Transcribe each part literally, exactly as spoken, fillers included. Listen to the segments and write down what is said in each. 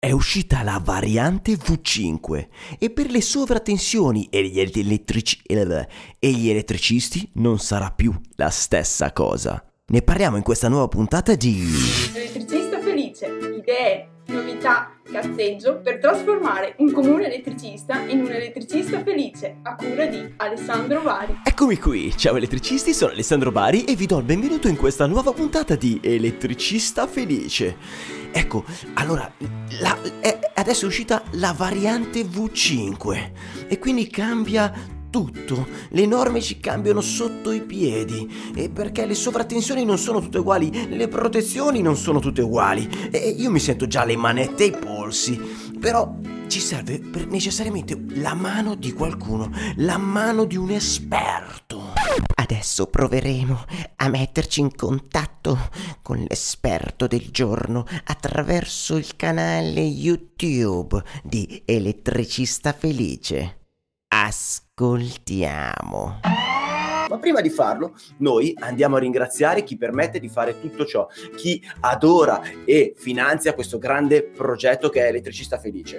È uscita la variante V cinque e per le sovratensioni e gli, elettrici- e gli elettricisti non sarà più la stessa cosa. Ne parliamo in questa nuova puntata di Elettricista felice, idee, novità, cazzeggio per trasformare un comune elettricista in un elettricista felice, a cura di Alessandro Bari. Eccomi qui, ciao elettricisti, sono Alessandro Bari e vi do il benvenuto in questa nuova puntata di Elettricista felice. Ecco, allora, la, è, adesso è uscita la variante V cinque e quindi cambia tutto, le norme ci cambiano sotto i piedi e perché le sovratensioni non sono tutte uguali, le protezioni non sono tutte uguali e io mi sento già le manette ai polsi, però ci serve per necessariamente la mano di qualcuno, la mano di un esperto. Adesso proveremo a metterci in contatto con l'esperto del giorno attraverso il canale YouTube di Elettricista Felice. Ascoltiamo. Ma prima di farlo, noi andiamo a ringraziare chi permette di fare tutto ciò, chi adora e finanzia questo grande progetto che è Elettricista Felice.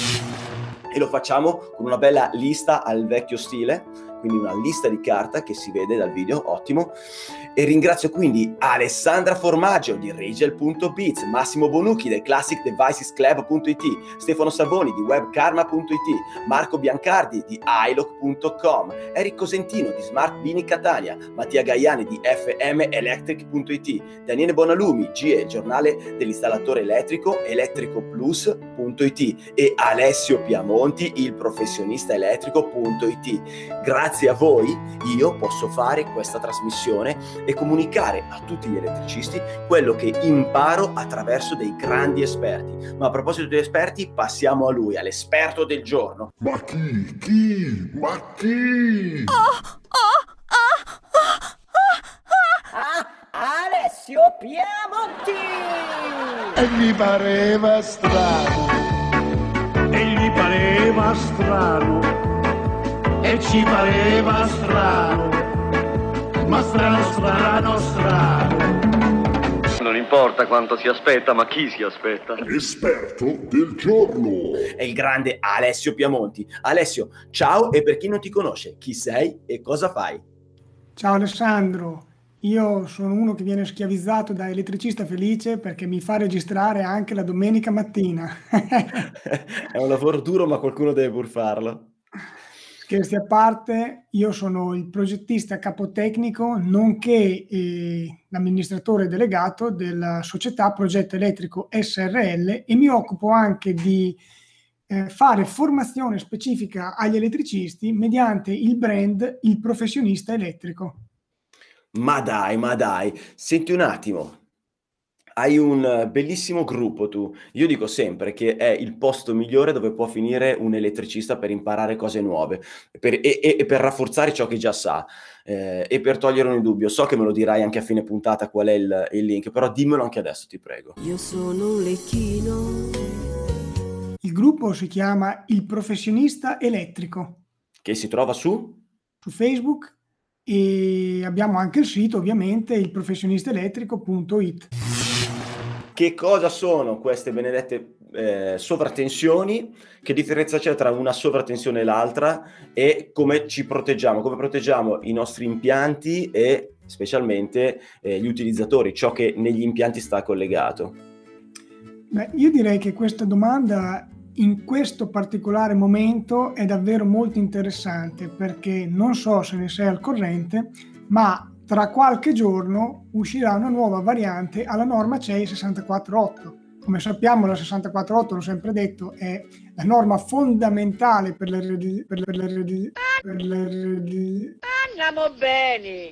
E lo facciamo con una bella lista al vecchio stile, quindi una lista di carta che si vede dal video, ottimo. E ringrazio quindi Alessandra Formaggio di Rigel punto biz, Massimo Bonucchi del classic devices club punto it, Stefano Savoni di webkarma punto it, Marco Biancardi di iloc punto com, Eric Cosentino di Smart Bini Catania, Mattia Gaiani di f m electric punto it, Daniele Bonalumi, G E, giornale dell'installatore elettrico, elettricoplus punto it e Alessio Piamonti, il professionista elettrico punto it. Grazie a voi io posso fare questa trasmissione e comunicare a tutti gli elettricisti quello che imparo attraverso dei grandi esperti. Ma a proposito di esperti, passiamo a lui, all'esperto del giorno. Ma chi? Chi? Ma chi? Oh, oh, oh, oh, oh, oh. Ah, Alessio Piamonti! E gli pareva strano. E gli pareva strano. E ci pareva strano. Ma strano, strano, strano. Non importa quanto si aspetta, ma chi si aspetta. Esperto del giorno. È il grande Alessio Piamonti. Alessio, ciao, e per chi non ti conosce, chi sei e cosa fai? Ciao Alessandro, io sono uno che viene schiavizzato da Elettricista Felice perché mi fa registrare anche la domenica mattina. È un lavoro duro, ma qualcuno deve pur farlo. Scherzi a parte, io sono il progettista capotecnico nonché eh, l'amministratore delegato della società Progetto Elettrico S R L e mi occupo anche di eh, fare formazione specifica agli elettricisti mediante il brand Il Professionista Elettrico. Ma dai, ma dai, senti un attimo. Hai un bellissimo gruppo tu. Io dico sempre che è il posto migliore dove può finire un elettricista per imparare cose nuove per, e, e per rafforzare ciò che già sa eh, e per togliere ogni dubbio. So che me lo dirai anche a fine puntata qual è il, il link, però dimmelo anche adesso, ti prego. Io sono un lecchino. Il gruppo si chiama Il Professionista Elettrico. Che si trova su? Su Facebook e abbiamo anche il sito, ovviamente, il professionista elettrico punto it. Che cosa sono queste benedette eh, sovratensioni? Che differenza c'è tra una sovratensione e l'altra? E come ci proteggiamo? Come proteggiamo i nostri impianti e specialmente eh, gli utilizzatori, ciò che negli impianti sta collegato? Beh, io direi che questa domanda in questo particolare momento è davvero molto interessante perché non so se ne sei al corrente, ma tra qualche giorno uscirà una nuova variante alla norma C E I sessantaquattro otto. Come sappiamo, la sessantaquattro otto, l'ho sempre detto, è la norma fondamentale per le per le, per le, per le Andiamo bene!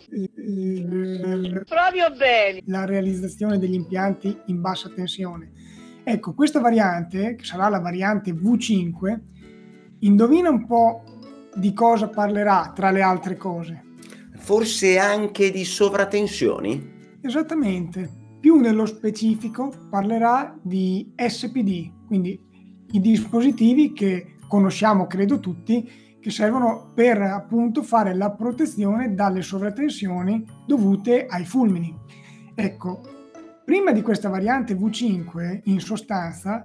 Proprio bene! la realizzazione degli impianti in bassa tensione. Ecco, questa variante, che sarà la variante V cinque, indovina un po' di cosa parlerà tra le altre cose. Forse anche di sovratensioni? Esattamente, più nello specifico parlerà di S P D, quindi i dispositivi che conosciamo credo tutti, che servono per appunto fare la protezione dalle sovratensioni dovute ai fulmini. Ecco, prima di questa variante V cinque, in sostanza,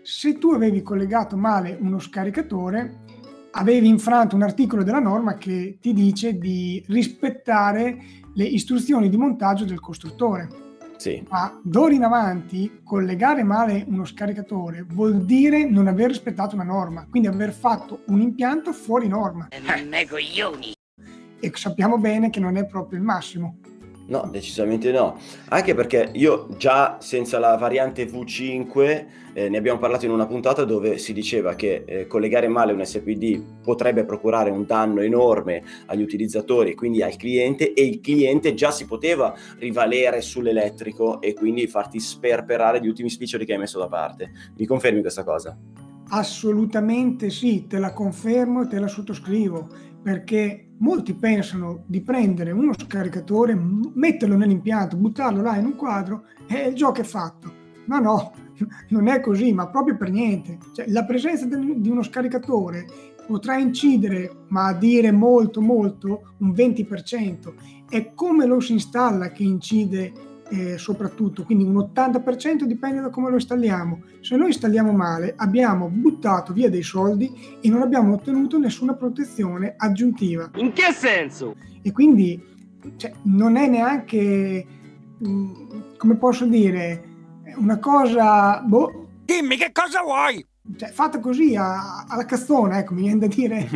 se tu avevi collegato male uno scaricatore, avevi infranto un articolo della norma che ti dice di rispettare le istruzioni di montaggio del costruttore. Sì. Ma d'ora in avanti collegare male uno scaricatore vuol dire non aver rispettato una norma, quindi aver fatto un impianto fuori norma. Me coglioni. E sappiamo bene che non è proprio il massimo. No, decisamente no, anche perché io già senza la variante V cinque eh, ne abbiamo parlato in una puntata dove si diceva che eh, collegare male un S P D potrebbe procurare un danno enorme agli utilizzatori e quindi al cliente, e il cliente già si poteva rivalere sull'elettrico e quindi farti sperperare gli ultimi spiccioli che hai messo da parte. Mi confermi questa cosa? Assolutamente sì, te la confermo e te la sottoscrivo, perché molti pensano di prendere uno scaricatore, metterlo nell'impianto, buttarlo là in un quadro e il gioco è fatto. Ma no, non è così, ma proprio per niente. Cioè, la presenza di uno scaricatore potrà incidere, ma a dire molto molto, un venti per cento. È come lo si installa che incide eh, soprattutto, quindi un ottanta per cento dipende da come lo installiamo. Se noi installiamo male, abbiamo buttato via dei soldi e non abbiamo ottenuto nessuna protezione aggiuntiva. In che senso? E quindi cioè, non è neanche, mh, come posso dire, una cosa, boh, Dimmi che cosa vuoi? cioè, fatta così a, alla cazzona, ecco, mi viene da dire.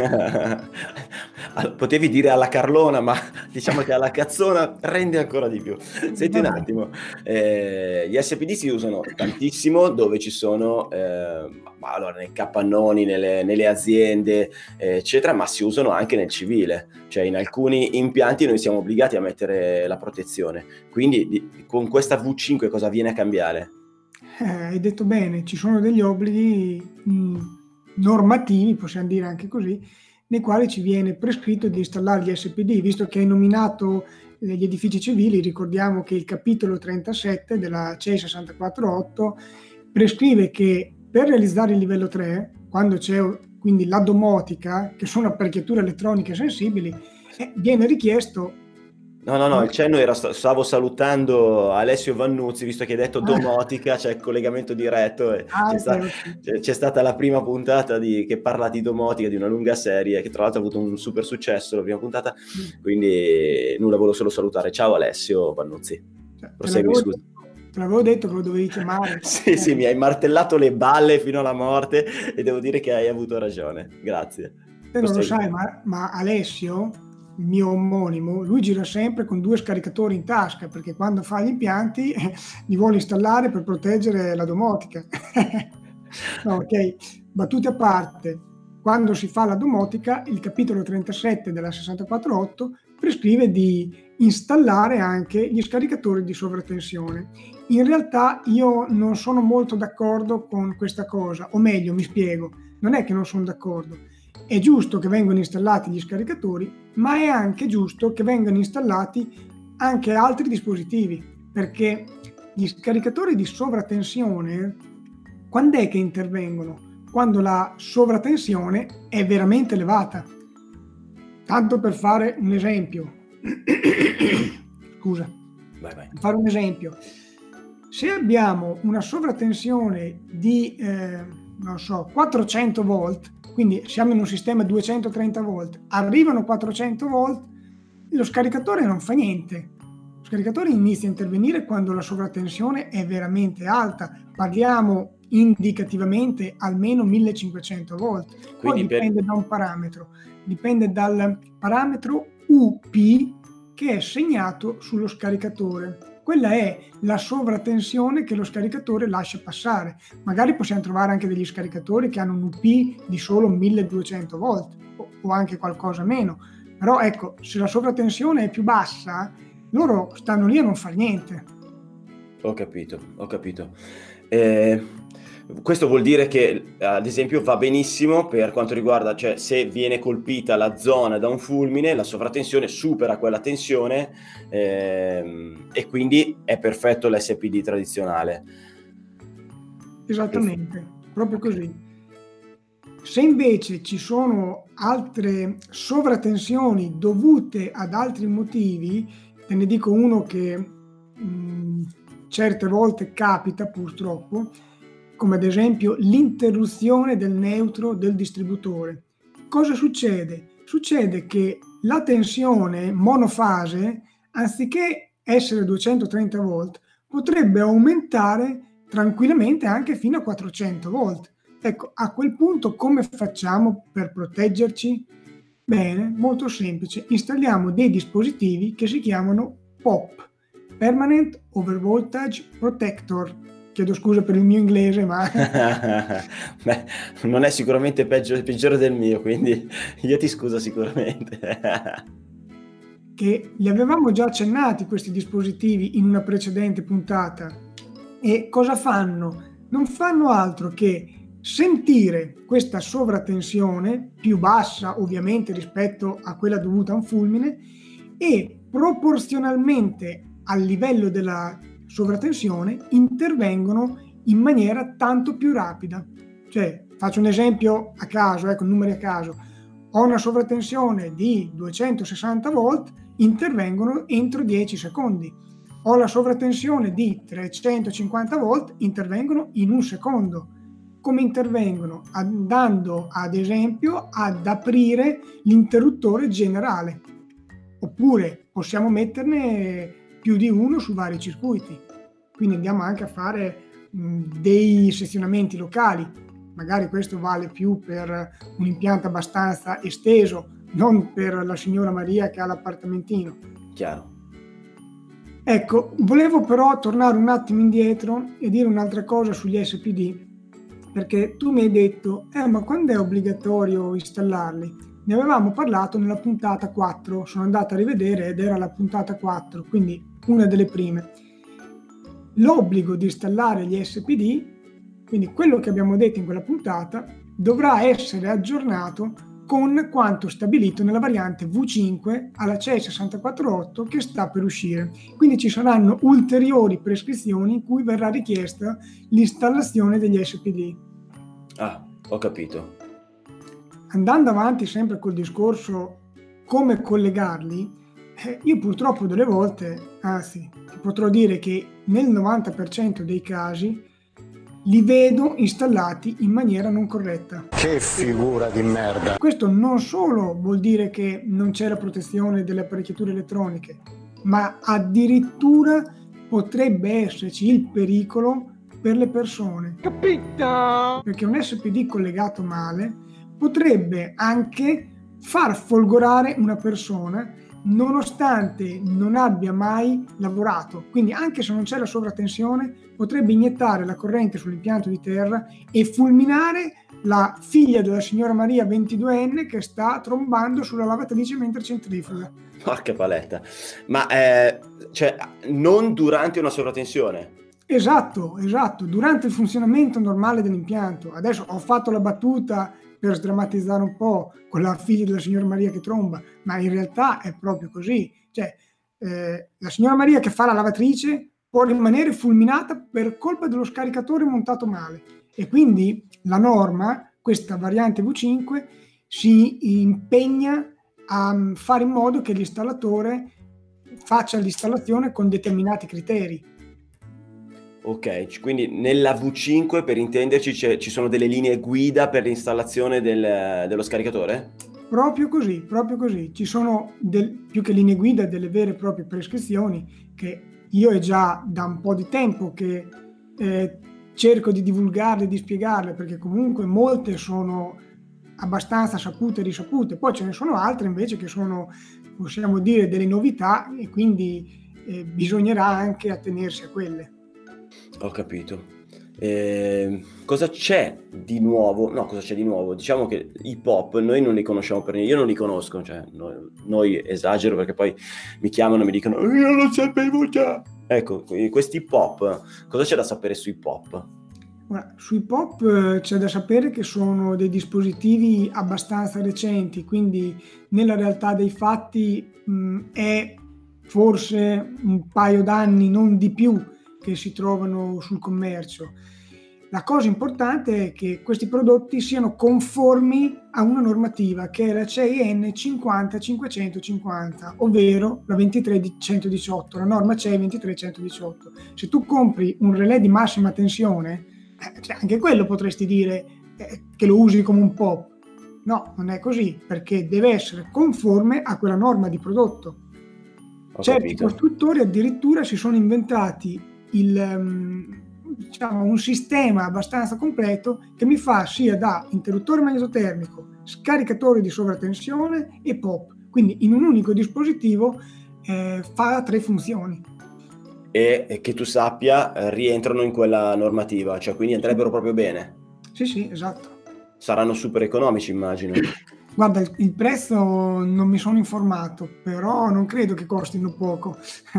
Potevi dire alla Carlona, ma diciamo che alla cazzona rende ancora di più. Senti un attimo, eh, gli S P D si usano tantissimo dove ci sono, eh, ma allora, nei capannoni, nelle, nelle aziende, eh, eccetera, ma si usano anche nel civile. Cioè in alcuni impianti noi siamo obbligati a mettere la protezione. Quindi di, con questa V cinque cosa viene a cambiare? Eh, hai detto bene, ci sono degli obblighi mh, normativi, possiamo dire anche così, nei quali ci viene prescritto di installare gli S P D. Visto che hai nominato eh, gli edifici civili, ricordiamo che il capitolo trentasette della C E I sessantaquattro otto prescrive che per realizzare il livello tre, quando c'è quindi la domotica, che sono apparecchiature elettroniche sensibili, eh, viene richiesto. No, no, no, il cenno era, stavo salutando Alessio Vannuzzi, visto che hai detto domotica, c'è il collegamento diretto e Ah, c'è, sta- ok. c'è- c'è stata la prima puntata di, che parla di domotica, di una lunga serie, che tra l'altro ha avuto un super successo, la prima puntata, quindi nulla, volevo solo salutare. Ciao Alessio Vannuzzi, Cioè, te prosegui, l'avevo, scusa. te l'avevo detto che lo dovevi chiamare. Sì, sì, mi hai martellato le balle fino alla morte e devo dire che hai avuto ragione, grazie. Te non lo Prosegui. sai, ma, ma Alessio, il mio omonimo, lui gira sempre con due scaricatori in tasca, perché quando fa gli impianti eh, li vuole installare per proteggere la domotica. No, ok, battute a parte, quando si fa la domotica, il capitolo trentasette della sessantaquattro otto prescrive di installare anche gli scaricatori di sovratensione. In realtà io non sono molto d'accordo con questa cosa, o meglio, mi spiego, non è che non sono d'accordo. È giusto che vengano installati gli scaricatori, ma è anche giusto che vengano installati anche altri dispositivi, perché gli scaricatori di sovratensione, quando è che intervengono? Quando la sovratensione è veramente elevata. Tanto per fare un esempio, scusa, Vai, vai. per fare un esempio, se abbiamo una sovratensione di, eh, non so, quattrocento volt, quindi siamo in un sistema duecentotrenta volt, arrivano quattrocento volt, lo scaricatore non fa niente. Lo scaricatore inizia a intervenire quando la sovratensione è veramente alta. Parliamo indicativamente almeno millecinquecento volt. Poi Quindi per- dipende da un parametro, dipende dal parametro U P che è segnato sullo scaricatore. Quella è la sovratensione che lo scaricatore lascia passare. Magari possiamo trovare anche degli scaricatori che hanno un U P di solo milleduecento volt o, o anche qualcosa meno. Però ecco, se la sovratensione è più bassa, loro stanno lì a non far niente. Ho capito, ho capito. Eh, questo vuol dire che, ad esempio, va benissimo per quanto riguarda, cioè se viene colpita la zona da un fulmine, la sovratensione supera quella tensione ehm, e quindi è perfetto l'S P D tradizionale. Esattamente, proprio così. Se invece ci sono altre sovratensioni dovute ad altri motivi, te ne dico uno che mh, certe volte capita purtroppo, come ad esempio l'interruzione del neutro del distributore. Cosa succede? Succede che la tensione monofase, anziché essere duecentotrenta volt, potrebbe aumentare tranquillamente anche fino a quattrocento volt. Ecco, a quel punto come facciamo per proteggerci? Bene, molto semplice, installiamo dei dispositivi che si chiamano P O P, Permanent Overvoltage Protector. Chiedo scusa per il mio inglese, ma... Beh, non è sicuramente peggio, peggiore del mio, quindi io ti scuso sicuramente. Che li avevamo già accennati questi dispositivi in una precedente puntata. E cosa fanno? Non fanno altro che sentire questa sovratensione, più bassa ovviamente rispetto a quella dovuta a un fulmine, e proporzionalmente al livello della sovratensione intervengono in maniera tanto più rapida. Cioè, faccio un esempio a caso, ecco, numeri a caso. Ho una sovratensione di duecentosessanta volt, intervengono entro dieci secondi. Ho la sovratensione di trecentocinquanta volt, intervengono in un secondo. Come intervengono? Andando ad esempio ad aprire l'interruttore generale, oppure possiamo metterne più di uno su vari circuiti, quindi andiamo anche a fare mh, dei sezionamenti locali. Magari questo vale più per un impianto abbastanza esteso, non per la signora Maria che ha l'appartamentino. Chiaro. Ecco, volevo però tornare un attimo indietro e dire un'altra cosa sugli S P D, perché tu mi hai detto, eh ma quando è obbligatorio installarli? Ne avevamo parlato nella puntata quattro, sono andato a rivedere ed era la puntata quattro, quindi una delle prime. L'obbligo di installare gli S P D, quindi quello che abbiamo detto in quella puntata, dovrà essere aggiornato con quanto stabilito nella variante V cinque alla C E sei sei quattro otto che sta per uscire. Quindi ci saranno ulteriori prescrizioni in cui verrà richiesta l'installazione degli S P D. Ah, ho capito. Andando avanti sempre col discorso come collegarli, eh, io purtroppo delle volte, anzi, potrò dire che nel novanta per cento dei casi li vedo installati in maniera non corretta. Che figura di merda! Questo non solo vuol dire che non c'è la protezione delle apparecchiature elettroniche, ma addirittura potrebbe esserci il pericolo per le persone. Capito? Perché un S P D collegato male potrebbe anche far folgorare una persona nonostante non abbia mai lavorato. Quindi anche se non c'è la sovratensione potrebbe iniettare la corrente sull'impianto di terra e fulminare la figlia della signora Maria ventiduenne che sta trombando sulla lavatrice mentre centrifuga. Porca paletta. Ma eh, cioè non durante una sovratensione? Esatto, esatto, durante il funzionamento normale dell'impianto. Adesso ho fatto la battuta per sdrammatizzare un po' con la figlia della signora Maria che tromba, ma in realtà è proprio così. Cioè, eh, la signora Maria che fa la lavatrice può rimanere fulminata per colpa dello scaricatore montato male. E quindi la norma, questa variante V cinque, si impegna a fare in modo che l'installatore faccia l'installazione con determinati criteri. Ok, quindi nella V cinque, per intenderci, ci sono delle linee guida per l'installazione del, dello scaricatore? Proprio così, proprio così. Ci sono del, più che linee guida, delle vere e proprie prescrizioni che io è già da un po' di tempo che eh, cerco di divulgarle, di spiegarle, perché comunque molte sono abbastanza sapute e risapute. Poi ce ne sono altre invece che sono, possiamo dire, delle novità e quindi eh, bisognerà anche attenersi a quelle. Ho capito. Eh, cosa c'è di nuovo? No, cosa c'è di nuovo? Diciamo che i pop noi non li conosciamo per niente, io non li conosco, cioè noi, noi esagero perché poi mi chiamano e mi dicono io lo sapevo già. Ecco, questi pop, cosa c'è da sapere sui pop? Ora, sui pop eh, c'è da sapere che sono dei dispositivi abbastanza recenti, quindi nella realtà dei fatti mh, è forse un paio d'anni, non di più, che si trovano sul commercio. La cosa importante è che questi prodotti siano conformi a una normativa che è la C E N cinquanta cinquecentocinquanta, ovvero la ventitré centodiciotto, la norma C E ventitré centodiciotto. Se tu compri un relè di massima tensione, Eh, cioè, anche quello potresti dire eh, che lo usi come un pop. No, non è così, perché deve essere conforme a quella norma di prodotto. Ho Certi capito. costruttori addirittura si sono inventati il, um, diciamo, un sistema abbastanza completo che mi fa sia da interruttore magnetotermico, scaricatore di sovratensione e pop. Quindi in un unico dispositivo eh, fa tre funzioni. E, e che tu sappia eh, rientrano in quella normativa, cioè quindi andrebbero proprio bene. Sì, sì, esatto. Saranno super economici, immagino. Guarda, il, il prezzo non mi sono informato, però non credo che costino poco.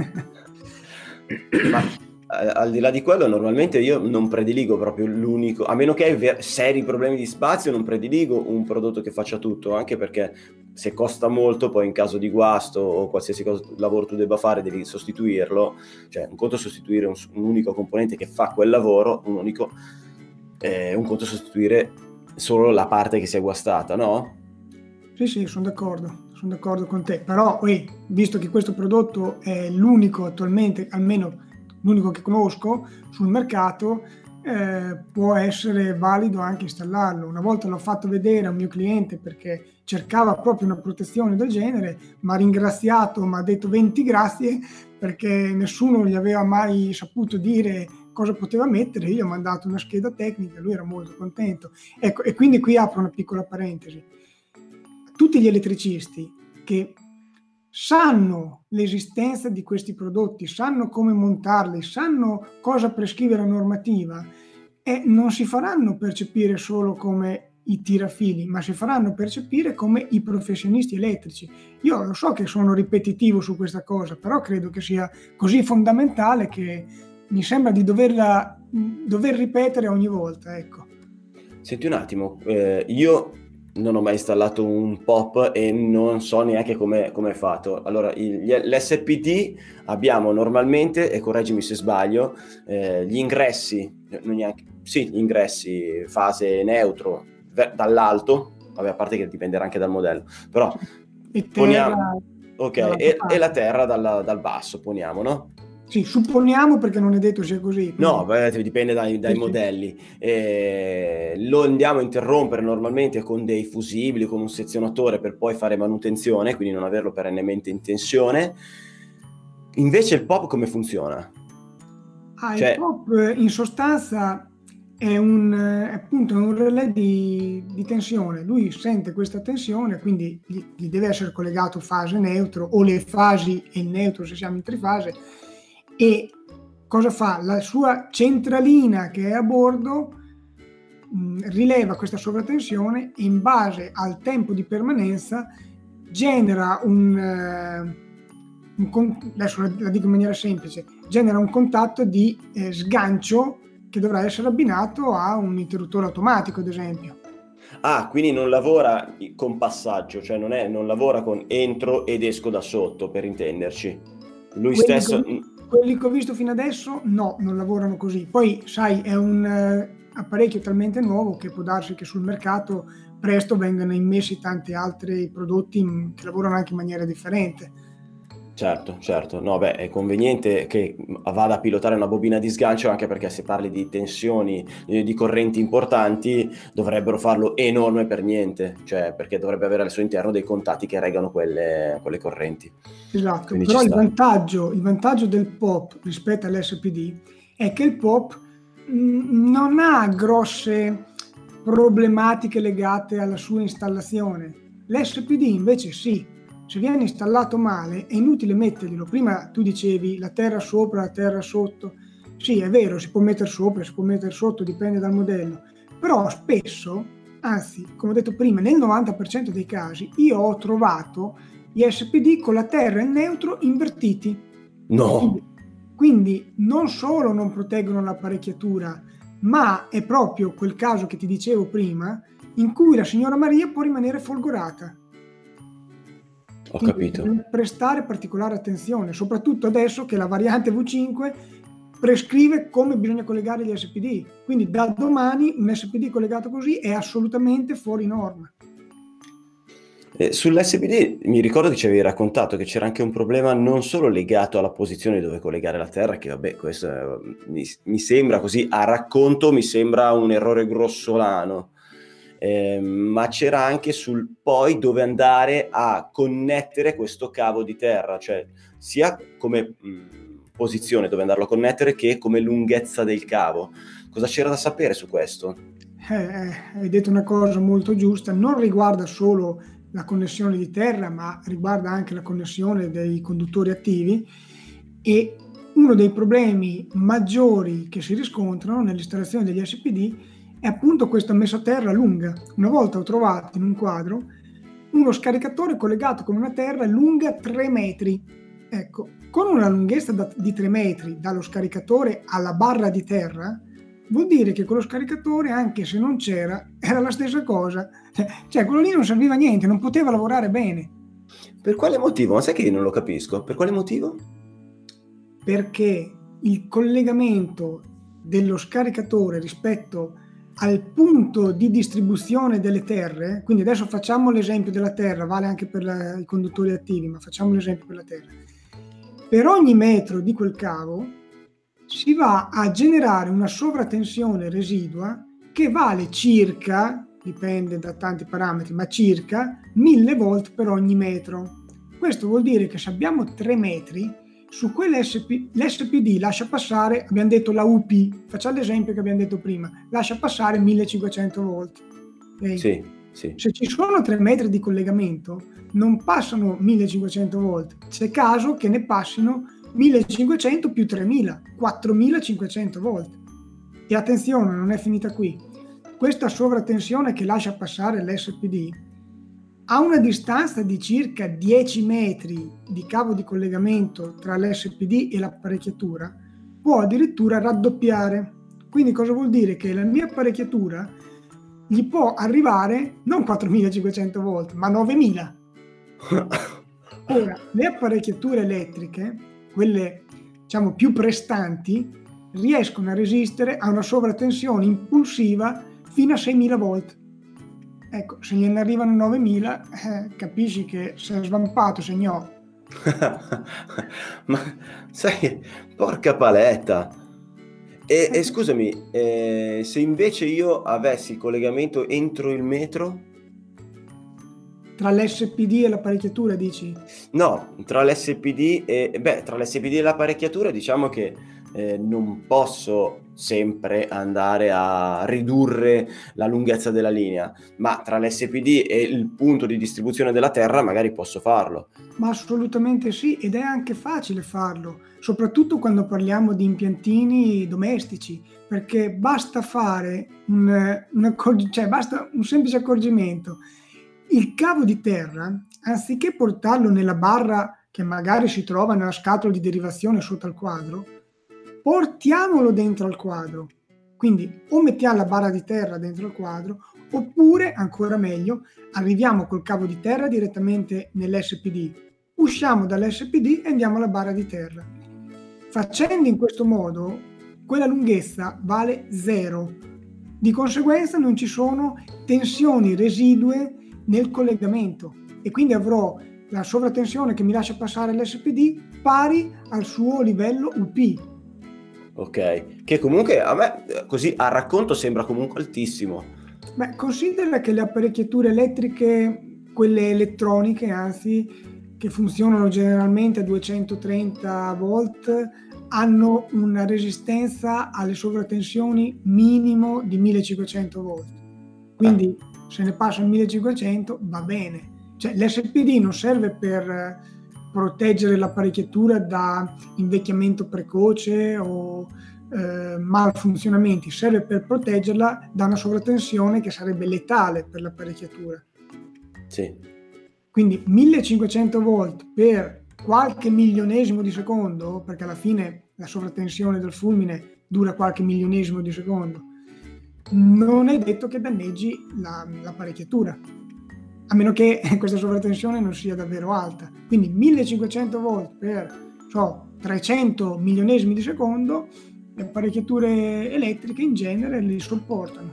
Ma eh, al di là di quello, normalmente io non prediligo proprio l'unico, a meno che hai ver- seri problemi di spazio, non prediligo un prodotto che faccia tutto, anche perché se costa molto, poi in caso di guasto o qualsiasi cosa, lavoro tu debba fare, devi sostituirlo. Cioè, un conto è sostituire un, un unico componente che fa quel lavoro, un unico, eh, un conto è sostituire solo la parte che si è guastata, no? Sì, sì, sono d'accordo, sono d'accordo con te, però uè, visto che questo prodotto è l'unico attualmente, almeno l'unico che conosco sul mercato, eh, può essere valido anche installarlo. Una volta l'ho fatto vedere a un mio cliente perché cercava proprio una protezione del genere, mi ha ringraziato, mi ha detto venti grazie perché nessuno gli aveva mai saputo dire cosa poteva mettere. Io gli ho mandato una scheda tecnica, lui era molto contento. Ecco, e quindi qui apro una piccola parentesi. Tutti gli elettricisti che sanno l'esistenza di questi prodotti, sanno come montarli, sanno cosa prescrive la normativa e non si faranno percepire solo come i tirafili, ma si faranno percepire come i professionisti elettrici. Io lo so che sono ripetitivo su questa cosa, però credo che sia così fondamentale che mi sembra di doverla, dover ripetere ogni volta, ecco. Senti un attimo, eh, io non ho mai installato un pop e non so neanche come è fatto. Allora, il, l'S P D abbiamo normalmente, e correggimi se sbaglio, eh, gli ingressi, non neanche, sì, gli ingressi fase neutro ver- dall'alto, vabbè, a parte che dipenderà anche dal modello, però e poniamo, ok, e, e la terra dalla, dal basso, poniamo, no? Sì, supponiamo, perché non è detto sia così. Quindi... No, beh, dipende dai, dai sì, modelli. Eh, lo andiamo a interrompere normalmente con dei fusibili, con un sezionatore per poi fare manutenzione, quindi non averlo perennemente in tensione. Invece il pop come funziona? Ah, Cioè... il pop in sostanza è un, appunto, un relè di, di tensione. Lui sente questa tensione, quindi gli, gli deve essere collegato fase neutro o le fasi e il neutro se siamo in trifase. E cosa fa? La sua centralina che è a bordo mh, rileva questa sovratensione e in base al tempo di permanenza genera un, uh, un adesso la, la dico in maniera semplice, genera un contatto di eh, sgancio che dovrà essere abbinato a un interruttore automatico, ad esempio. Ah, quindi non lavora con passaggio, cioè non, è, non lavora con entro ed esco da sotto, per intenderci. Lui quelli stesso... Che, quelli che ho visto fino adesso, no, non lavorano così. Poi, sai, è un uh, apparecchio talmente nuovo che può darsi che sul mercato presto vengano immessi tanti altri prodotti in, che lavorano anche in maniera differente. Certo, certo. No, beh, è conveniente che vada a pilotare una bobina di sgancio, anche perché se parli di tensioni, di correnti importanti, dovrebbero farlo enorme per niente, cioè perché dovrebbe avere al suo interno dei contatti che reggano quelle, quelle correnti. Esatto, Quindi però il sta. vantaggio, il vantaggio del pop rispetto all'S P D è che il pop mh, non ha grosse problematiche legate alla sua installazione. L'S P D invece sì. Se viene installato male è inutile metterglielo. Prima tu dicevi la terra sopra, la terra sotto. Sì, è vero, si può mettere sopra, si può mettere sotto, dipende dal modello. Però spesso, anzi, come ho detto prima, nel novanta per cento dei casi io ho trovato gli S P D con la terra e il neutro invertiti. No! Quindi, quindi non solo non proteggono l'apparecchiatura, ma è proprio quel caso che ti dicevo prima in cui la signora Maria può rimanere folgorata. Ho Quindi capito. bisogna prestare particolare attenzione, soprattutto adesso che la variante V cinque prescrive come bisogna collegare gli S P D. Quindi da domani un S P D collegato così è assolutamente fuori norma. Eh, sull'S P D mi ricordo che ci avevi raccontato che c'era anche un problema non solo legato alla posizione dove collegare la terra, che vabbè, questo eh, mi, mi sembra così, a racconto mi sembra un errore grossolano, eh, ma c'era anche sul poi dove andare a connettere questo cavo di terra, cioè sia come mh, posizione dove andarlo a connettere che come lunghezza del cavo. Cosa c'era da sapere su questo? Eh, hai detto una cosa molto giusta, non riguarda solo la connessione di terra, ma riguarda anche la connessione dei conduttori attivi, e uno dei problemi maggiori che si riscontrano nell'installazione degli S P D è appunto questa messa a terra lunga. Una volta ho trovato in un quadro uno scaricatore collegato con una terra lunga tre metri. Ecco, con una lunghezza da, di tre metri dallo scaricatore alla barra di terra, vuol dire che quello scaricatore, anche se non c'era, era la stessa cosa. Cioè, quello lì non serviva a niente, non poteva lavorare bene. Per quale motivo? Ma sai che io non lo capisco. Per quale motivo? Perché il collegamento dello scaricatore rispetto al punto di distribuzione delle terre, quindi adesso facciamo l'esempio della terra, vale anche per la, i conduttori attivi, ma facciamo l'esempio per la terra. Per ogni metro di quel cavo si va a generare una sovratensione residua che vale circa, dipende da tanti parametri, ma circa mille volt per ogni metro. Questo vuol dire che se abbiamo tre metri, su quell'S P, l'S P D lascia passare, abbiamo detto la U P, facciamo l'esempio che abbiamo detto prima, lascia passare millecinquecento volt. Okay? Sì, sì. Se ci sono tre metri di collegamento, non passano millecinquecento volt, c'è caso che ne passino millecinquecento più tremila, quattromilacinquecento volt. E attenzione, non è finita qui. Questa sovratensione che lascia passare l'S P D a una distanza di circa dieci metri di cavo di collegamento tra l'S P D e l'apparecchiatura può addirittura raddoppiare. Quindi cosa vuol dire? Che la mia apparecchiatura gli può arrivare non quattromilacinquecento volt, ma novemila. Ora, le apparecchiature elettriche, quelle diciamo più prestanti, riescono a resistere a una sovratensione impulsiva fino a seimila volt. Ecco, se gliene arrivano novemila, eh, capisci che si è svampato, segnò. Ma sai, porca paletta. E, e scusami, eh, se invece io avessi il collegamento entro il metro? Tra l'S P D e l'apparecchiatura, dici? No, tra l'S P D e beh, tra l'S P D e l'apparecchiatura diciamo che eh, non posso sempre andare a ridurre la lunghezza della linea, ma tra l'S P D e il punto di distribuzione della terra magari posso farlo. Ma assolutamente sì, ed è anche facile farlo, soprattutto quando parliamo di impiantini domestici, perché basta fare un, un, accorg- cioè basta un semplice accorgimento. Il cavo di terra, anziché portarlo nella barra che magari si trova nella scatola di derivazione sotto al quadro, portiamolo dentro al quadro. Quindi o mettiamo la barra di terra dentro il quadro, oppure, ancora meglio, arriviamo col cavo di terra direttamente nell'S P D, usciamo dall'S P D e andiamo alla barra di terra. Facendo in questo modo, quella lunghezza vale zero. Di conseguenza non ci sono tensioni residue nel collegamento e quindi avrò la sovratensione che mi lascia passare l'S P D pari al suo livello U P. Ok, che comunque a me così a racconto sembra comunque altissimo. Beh, considera che le apparecchiature elettriche, quelle elettroniche anzi, che funzionano generalmente a duecentotrenta volt, hanno una resistenza alle sovratensioni minimo di millecinquecento volt. Quindi ah. se ne passano millecinquecento va bene. Cioè l'S P D non serve per proteggere l'apparecchiatura da invecchiamento precoce o eh, malfunzionamenti, serve per proteggerla da una sovratensione che sarebbe letale per l'apparecchiatura. Sì. Quindi millecinquecento volt per qualche milionesimo di secondo, perché alla fine la sovratensione del fulmine dura qualche milionesimo di secondo, non è detto che danneggi la, l'apparecchiatura, a meno che questa sovratensione non sia davvero alta. Quindi millecinquecento volt per so, trecento milionesimi di secondo, le apparecchiature elettriche in genere li sopportano.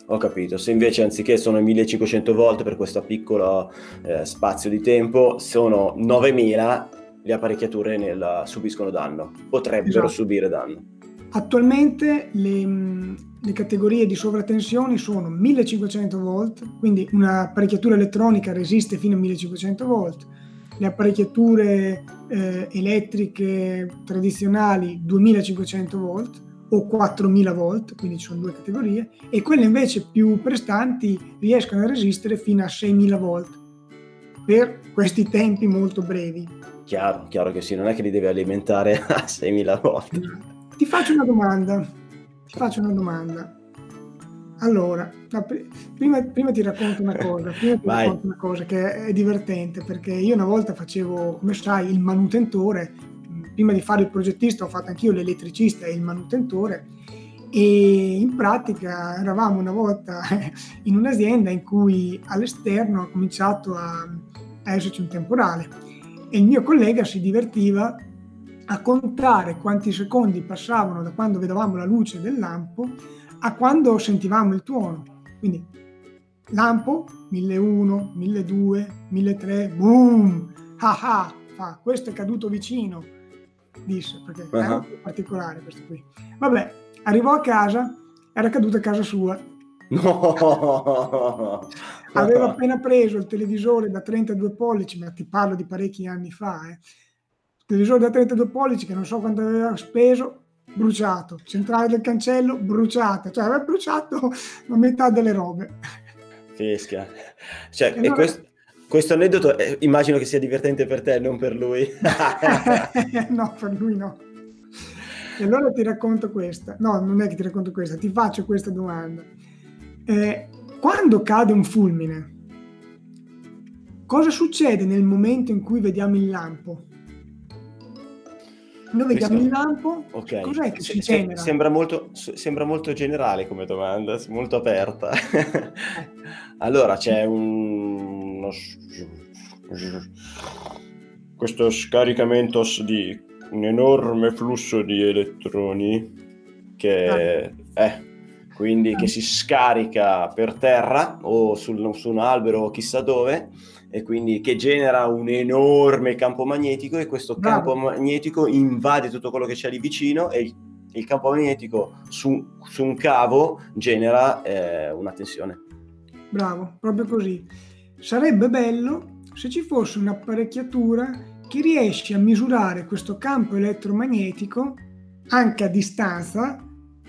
Ho capito. Se invece anziché sono millecinquecento volt per questo piccolo eh, spazio di tempo, sono novemila, le apparecchiature nel, subiscono danno, potrebbero Esatto. subire danno. Attualmente le, le categorie di sovratensioni sono millecinquecento volt, quindi un'apparecchiatura elettronica resiste fino a millecinquecento volt, le apparecchiature eh, elettriche tradizionali duemilacinquecento volt o quattromila volt, quindi ci sono due categorie, e quelle invece più prestanti riescono a resistere fino a seimila volt per questi tempi molto brevi. Chiaro, chiaro che sì, non è che li deve alimentare a seimila volt. Ti faccio una domanda, ti faccio una domanda. Allora, no, pr- prima, prima ti racconto una cosa, prima ti Vai. racconto una cosa che è divertente, perché io una volta facevo, come sai, il manutentore. Prima di fare il progettista ho fatto anch'io l'elettricista e il manutentore, e in pratica eravamo una volta in un'azienda in cui all'esterno ha cominciato a, a esserci un temporale e il mio collega si divertiva a contare quanti secondi passavano da quando vedevamo la luce del lampo a quando sentivamo il tuono. Quindi lampo milleuno, milledue, milletre, boom, ah ah, fa, questo è caduto vicino, disse, perché uh-huh. era particolare questo qui. Vabbè, arrivò a casa, era caduto a casa sua. No! Aveva appena preso il televisore da trentadue pollici, ma ti parlo di parecchi anni fa, eh. Il televisore da trentadue pollici che non so quanto aveva speso, bruciato. Centrale del cancello, bruciata. Cioè aveva bruciato la metà delle robe. Fischia. Cioè, E e allora... questo... Questo aneddoto eh, immagino che sia divertente per te, non per lui. No, per lui no. E allora ti racconto questa. No, non è che ti racconto questa, ti faccio questa domanda. Eh, quando cade un fulmine, cosa succede nel momento in cui vediamo il lampo? Noi vediamo Questo... il lampo, okay. Cos'è che se, si se, genera? Sembra molto, sembra molto generale come domanda, molto aperta. Allora c'è un... uno... questo scaricamento di un enorme flusso di elettroni che è quindi che si scarica per terra o sul, su un albero o chissà dove, e quindi che genera un enorme campo magnetico, e questo Bravo. campo magnetico invade tutto quello che c'è lì vicino, e il, il campo magnetico su, su un cavo genera eh, una tensione. Bravo, proprio così. Sarebbe bello se ci fosse un'apparecchiatura che riesce a misurare questo campo elettromagnetico anche a distanza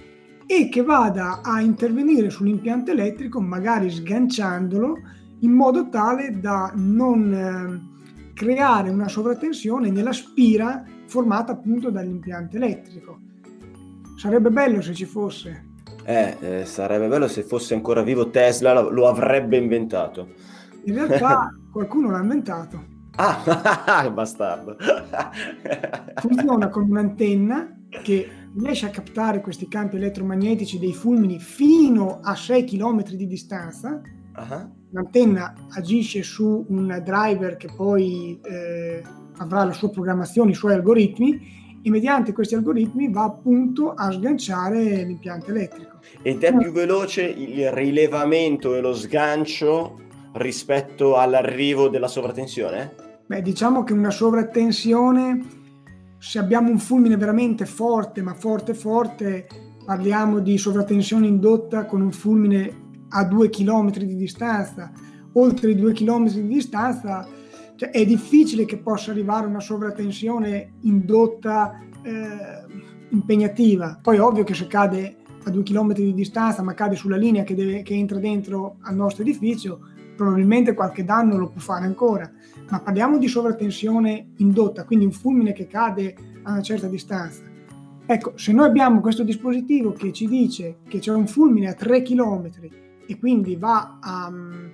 e che vada a intervenire sull'impianto elettrico, magari sganciandolo, in modo tale da non eh, creare una sovratensione nella spira formata appunto dall'impianto elettrico. Sarebbe bello se ci fosse. Eh, eh, sarebbe bello se fosse ancora vivo Tesla, lo, lo avrebbe inventato. In realtà qualcuno l'ha inventato. Ah, bastardo. Funziona con un'antenna che riesce a captare questi campi elettromagnetici dei fulmini fino a sei chilometri di distanza. Uh-huh. L'antenna agisce su un driver che poi eh, avrà la sua programmazione, i suoi algoritmi, e mediante questi algoritmi va appunto a sganciare l'impianto elettrico. Ed è più veloce il rilevamento e lo sgancio rispetto all'arrivo della sovratensione? Beh, diciamo che una sovratensione, se abbiamo un fulmine veramente forte, ma forte forte, parliamo di sovratensione indotta con un fulmine a due chilometri di distanza. Oltre i due chilometri di distanza, cioè, è difficile che possa arrivare una sovratensione indotta eh, impegnativa. Poi è ovvio che se cade a due chilometri di distanza, ma cade sulla linea che, deve, che entra dentro al nostro edificio, probabilmente qualche danno lo può fare ancora. Ma parliamo di sovratensione indotta, quindi un fulmine che cade a una certa distanza. Ecco, se noi abbiamo questo dispositivo che ci dice che c'è un fulmine a tre chilometri e quindi va a um,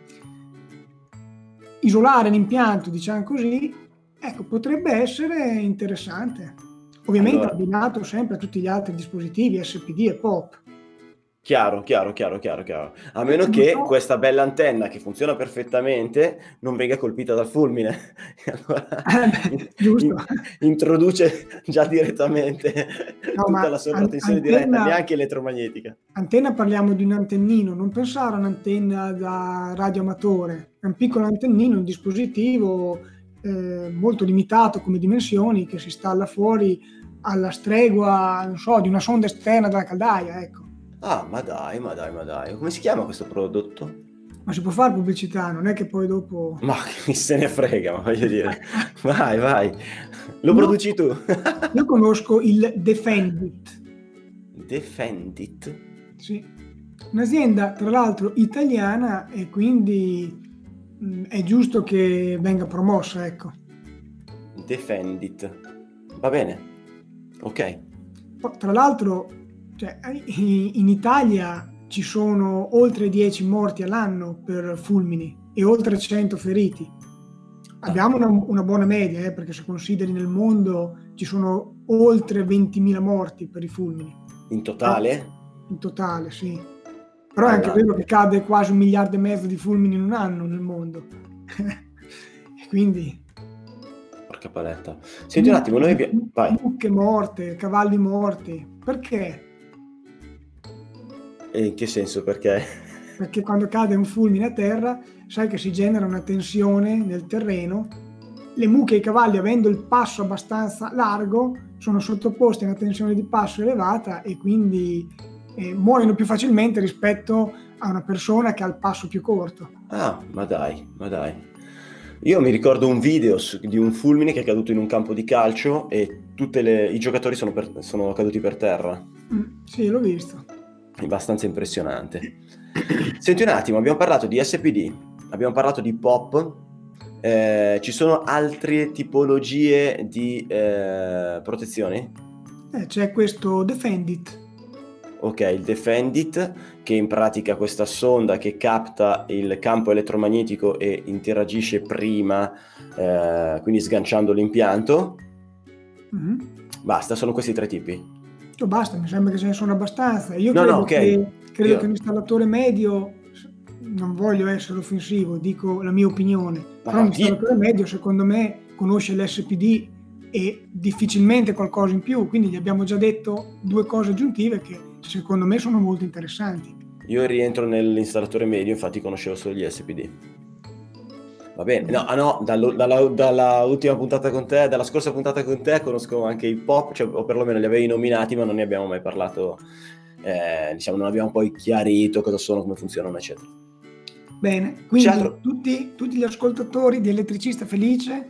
isolare l'impianto, diciamo così, ecco, potrebbe essere interessante. Ovviamente allora, abbinato sempre a tutti gli altri dispositivi S P D e P O P. Chiaro, chiaro, chiaro, chiaro, chiaro. A meno che questa bella antenna che funziona perfettamente non venga colpita dal fulmine. Allora, Eh, giusto. in- introduce già direttamente No, tutta ma la sovratensione an- diretta, antenna- neanche elettromagnetica. Antenna, parliamo di un antennino, non pensare a un'antenna da radioamatore, è un piccolo antennino, un dispositivo eh, molto limitato come dimensioni che si installa fuori alla stregua, non so, di una sonda esterna della caldaia, ecco. Ah, ma dai, ma dai, ma dai. Come si chiama questo prodotto? Ma si può fare pubblicità, non è che poi dopo... Ma chi se ne frega, ma voglio dire. Vai, vai. Lo No. produci tu. Io conosco il Defendit, Defend it. sì. Un'azienda tra l'altro italiana e quindi mh, è giusto che venga promossa, ecco. Defend it. Va bene. Ok. Poi, tra l'altro, cioè, i- in Italia ci sono oltre dieci morti all'anno per fulmini e oltre cento feriti. Abbiamo una, una buona media, eh, perché se consideri nel mondo ci sono oltre ventimila morti per i fulmini, In totale? in totale, sì. Però è anche Allora. vero che cade quasi un miliardo e mezzo di fulmini in un anno nel mondo. E quindi... Porca paletta. Senti un attimo, noi abbiamo... Vai. Mucche morte, cavalli morti. Perché? E in che senso? Perché? Perché quando cade un fulmine a terra, sai che si genera una tensione nel terreno. Le mucche e i cavalli, avendo il passo abbastanza largo, sono sottoposti a una tensione di passo elevata e quindi eh, muoiono più facilmente rispetto a una persona che ha il passo più corto. Ah, ma dai, ma dai. Io mi ricordo un video su- di un fulmine che è caduto in un campo di calcio e tutti i giocatori sono, per- sono caduti per terra. Mm, sì, l'ho visto. È abbastanza impressionante. Senti un attimo, abbiamo parlato di S P D, abbiamo parlato di pop, eh, ci sono altre tipologie di eh, protezioni? Eh, c'è questo Defendit. Ok, il Defendit, che in pratica è questa sonda che capta il campo elettromagnetico e interagisce prima, eh, quindi sganciando l'impianto. Mm. Basta, sono questi tre tipi. Oh, basta, mi sembra che ce ne sono abbastanza. Io No, credo, no, ok. che, credo Io- che un installatore medio, non voglio essere offensivo, dico la mia opinione, però un no, ti- installatore medio secondo me conosce l'S P D e difficilmente qualcosa in più, quindi gli abbiamo già detto due cose aggiuntive che secondo me sono molto interessanti. Io rientro nell'installatore medio, infatti conoscevo solo gli S P D. Va bene, no, ah no, dallo- dalla, dalla ultima puntata con te, dalla scorsa puntata con te conosco anche i pop, cioè, o perlomeno li avevi nominati, ma non ne abbiamo mai parlato, eh, diciamo, non abbiamo poi chiarito cosa sono, come funzionano, eccetera. Bene, quindi C'è altro? tutti, tutti gli ascoltatori di Elettricista Felice,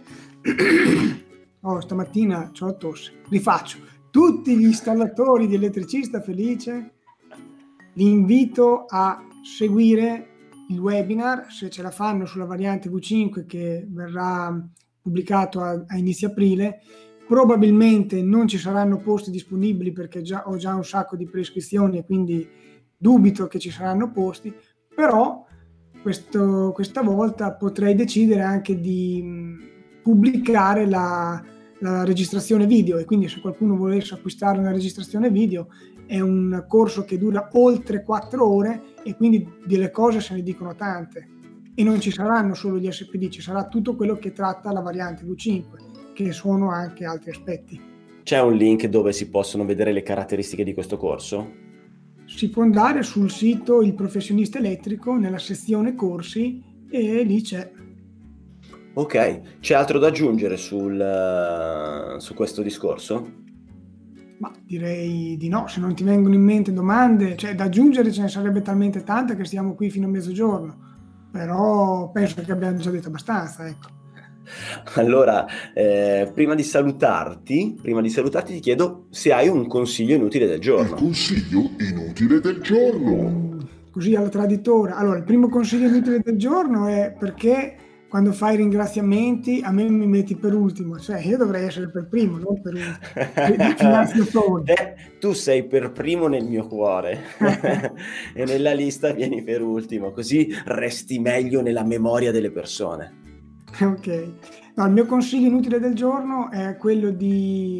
oh, stamattina c'ho la tosse, rifaccio, tutti gli installatori di Elettricista Felice, li invito a seguire il webinar, se ce la fanno, sulla variante V cinque che verrà pubblicato a, a inizio aprile. Probabilmente non ci saranno posti disponibili perché già, ho già un sacco di prescrizioni e quindi dubito che ci saranno posti, però questo, questa volta potrei decidere anche di mh, pubblicare la, la registrazione video, e quindi se qualcuno volesse acquistare una registrazione video è un corso che dura oltre quattro ore e quindi delle cose se ne dicono tante, e non ci saranno solo gli S P D, ci sarà tutto quello che tratta la variante V cinque, che sono anche altri aspetti. C'è un link dove si possono vedere le caratteristiche di questo corso? Si può andare sul sito Il Professionista Elettrico nella sezione corsi e lì c'è. Ok, c'è altro da aggiungere sul, eh, su questo discorso? Ma direi di no, se non ti vengono in mente domande, cioè da aggiungere ce ne sarebbe talmente tante che stiamo qui fino a mezzogiorno, però penso che abbiamo già detto abbastanza, ecco. Allora, eh, prima di salutarti, prima di salutarti ti chiedo se hai un consiglio inutile del Il giorno. consiglio inutile del giorno. Così alla traditore. Allora, il primo consiglio inutile del giorno è perché quando fai i ringraziamenti a me mi metti per ultimo, cioè io dovrei essere per primo, non per ultimo. Finanziatori. Eh, tu sei per primo nel mio cuore e nella lista vieni per ultimo, così resti meglio nella memoria delle persone. Ok. No, il mio consiglio inutile del giorno è quello di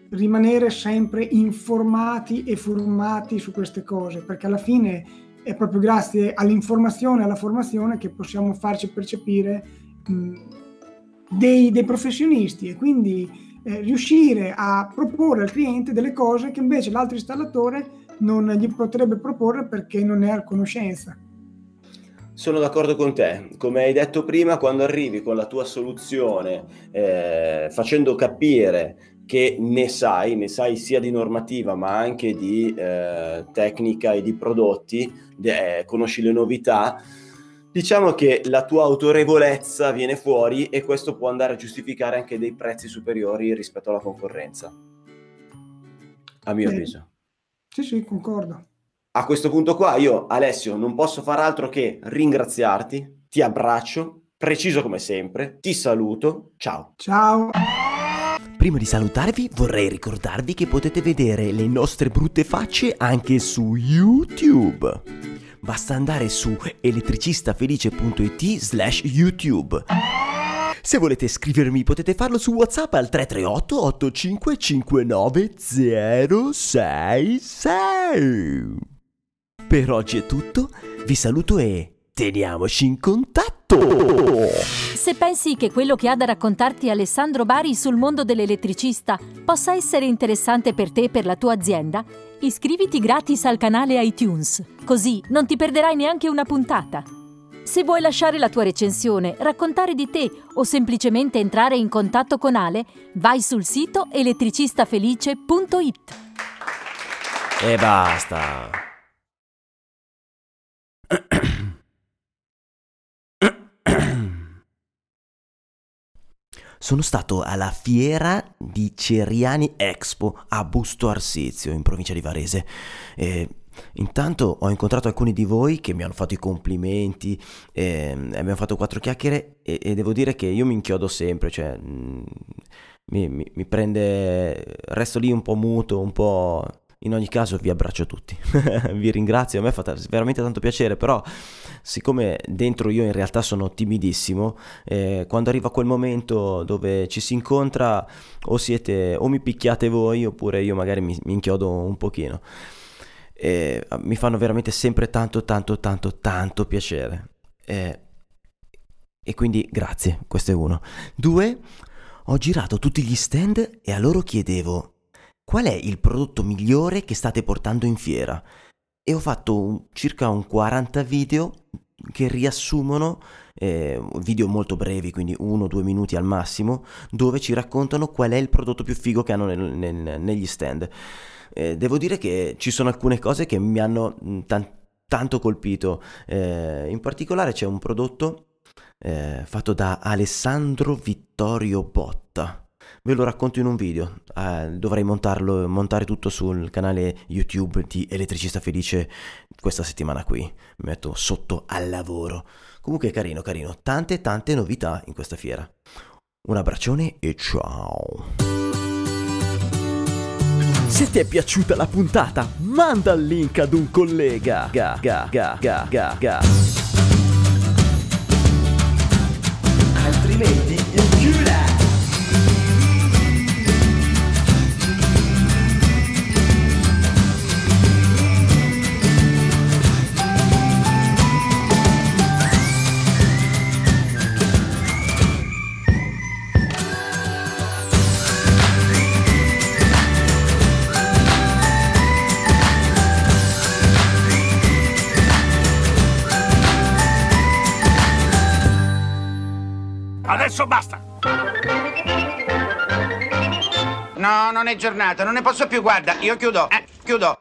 rimanere sempre informati e formati su queste cose, perché alla fine è proprio grazie all'informazione e alla formazione che possiamo farci percepire mh, dei, dei professionisti e quindi eh, riuscire a proporre al cliente delle cose che invece l'altro installatore non gli potrebbe proporre perché non è a conoscenza. Sono d'accordo con te, come hai detto prima, quando arrivi con la tua soluzione eh, facendo capire che ne sai, ne sai sia di normativa ma anche di eh, tecnica e di prodotti, eh, conosci le novità, diciamo che la tua autorevolezza viene fuori e questo può andare a giustificare anche dei prezzi superiori rispetto alla concorrenza, a mio Eh, avviso. Sì, sì, concordo. A questo punto qua io, Alessio, non posso far altro che ringraziarti, ti abbraccio, preciso come sempre, ti saluto, ciao. Ciao. Prima di salutarvi vorrei ricordarvi che potete vedere le nostre brutte facce anche su YouTube. Basta andare su elettricistafelice.it slash YouTube. Se volete scrivermi potete farlo su WhatsApp al tre tre otto otto cinque cinque nove zero sei sei. Per oggi è tutto, vi saluto e teniamoci in contatto! Se pensi che quello che ha da raccontarti Alessandro Bari sul mondo dell'elettricista possa essere interessante per te e per la tua azienda, iscriviti gratis al canale iTunes, così non ti perderai neanche una puntata. Se vuoi lasciare la tua recensione, raccontare di te o semplicemente entrare in contatto con Ale, vai sul sito elettricistafelice punto it. E basta! Sono stato alla fiera di Ceriani Expo a Busto Arsizio, in provincia di Varese. E intanto ho incontrato alcuni di voi che mi hanno fatto i complimenti e abbiamo fatto quattro chiacchiere e, e devo dire che io mi inchiodo sempre, cioè mh, mi, mi, mi prende, resto lì un po' muto, un po'... In ogni caso vi abbraccio tutti, vi ringrazio, a me fa veramente tanto piacere, però siccome dentro io in realtà sono timidissimo, eh, quando arriva quel momento dove ci si incontra o siete o mi picchiate voi oppure io magari mi, mi inchiodo un pochino. E mi fanno veramente sempre tanto tanto tanto tanto piacere e, e quindi grazie, questo è uno. Due, ho girato tutti gli stand e a loro chiedevo qual è il prodotto migliore che state portando in fiera e ho fatto un, circa un quaranta video che riassumono eh, video molto brevi, quindi uno o due minuti al massimo, dove ci raccontano qual è il prodotto più figo che hanno nel, nel, negli stand. Eh, devo dire che ci sono alcune cose che mi hanno tan- tanto colpito, eh, in particolare c'è un prodotto eh, fatto da Alessandro Vittorio Botta. Ve lo racconto in un video, eh, dovrei montarlo, montare tutto sul canale YouTube di Elettricista Felice questa settimana qui, mi metto sotto al lavoro. Comunque carino, carino, tante tante novità in questa fiera. Un abbraccione e ciao! Se ti è piaciuta la puntata, manda il link ad un collega. Ga, ga, ga, ga, ga, ga. Altrimenti inchiuda! Adesso basta! No, non è giornata, non ne posso più, guarda, io chiudo, eh, chiudo.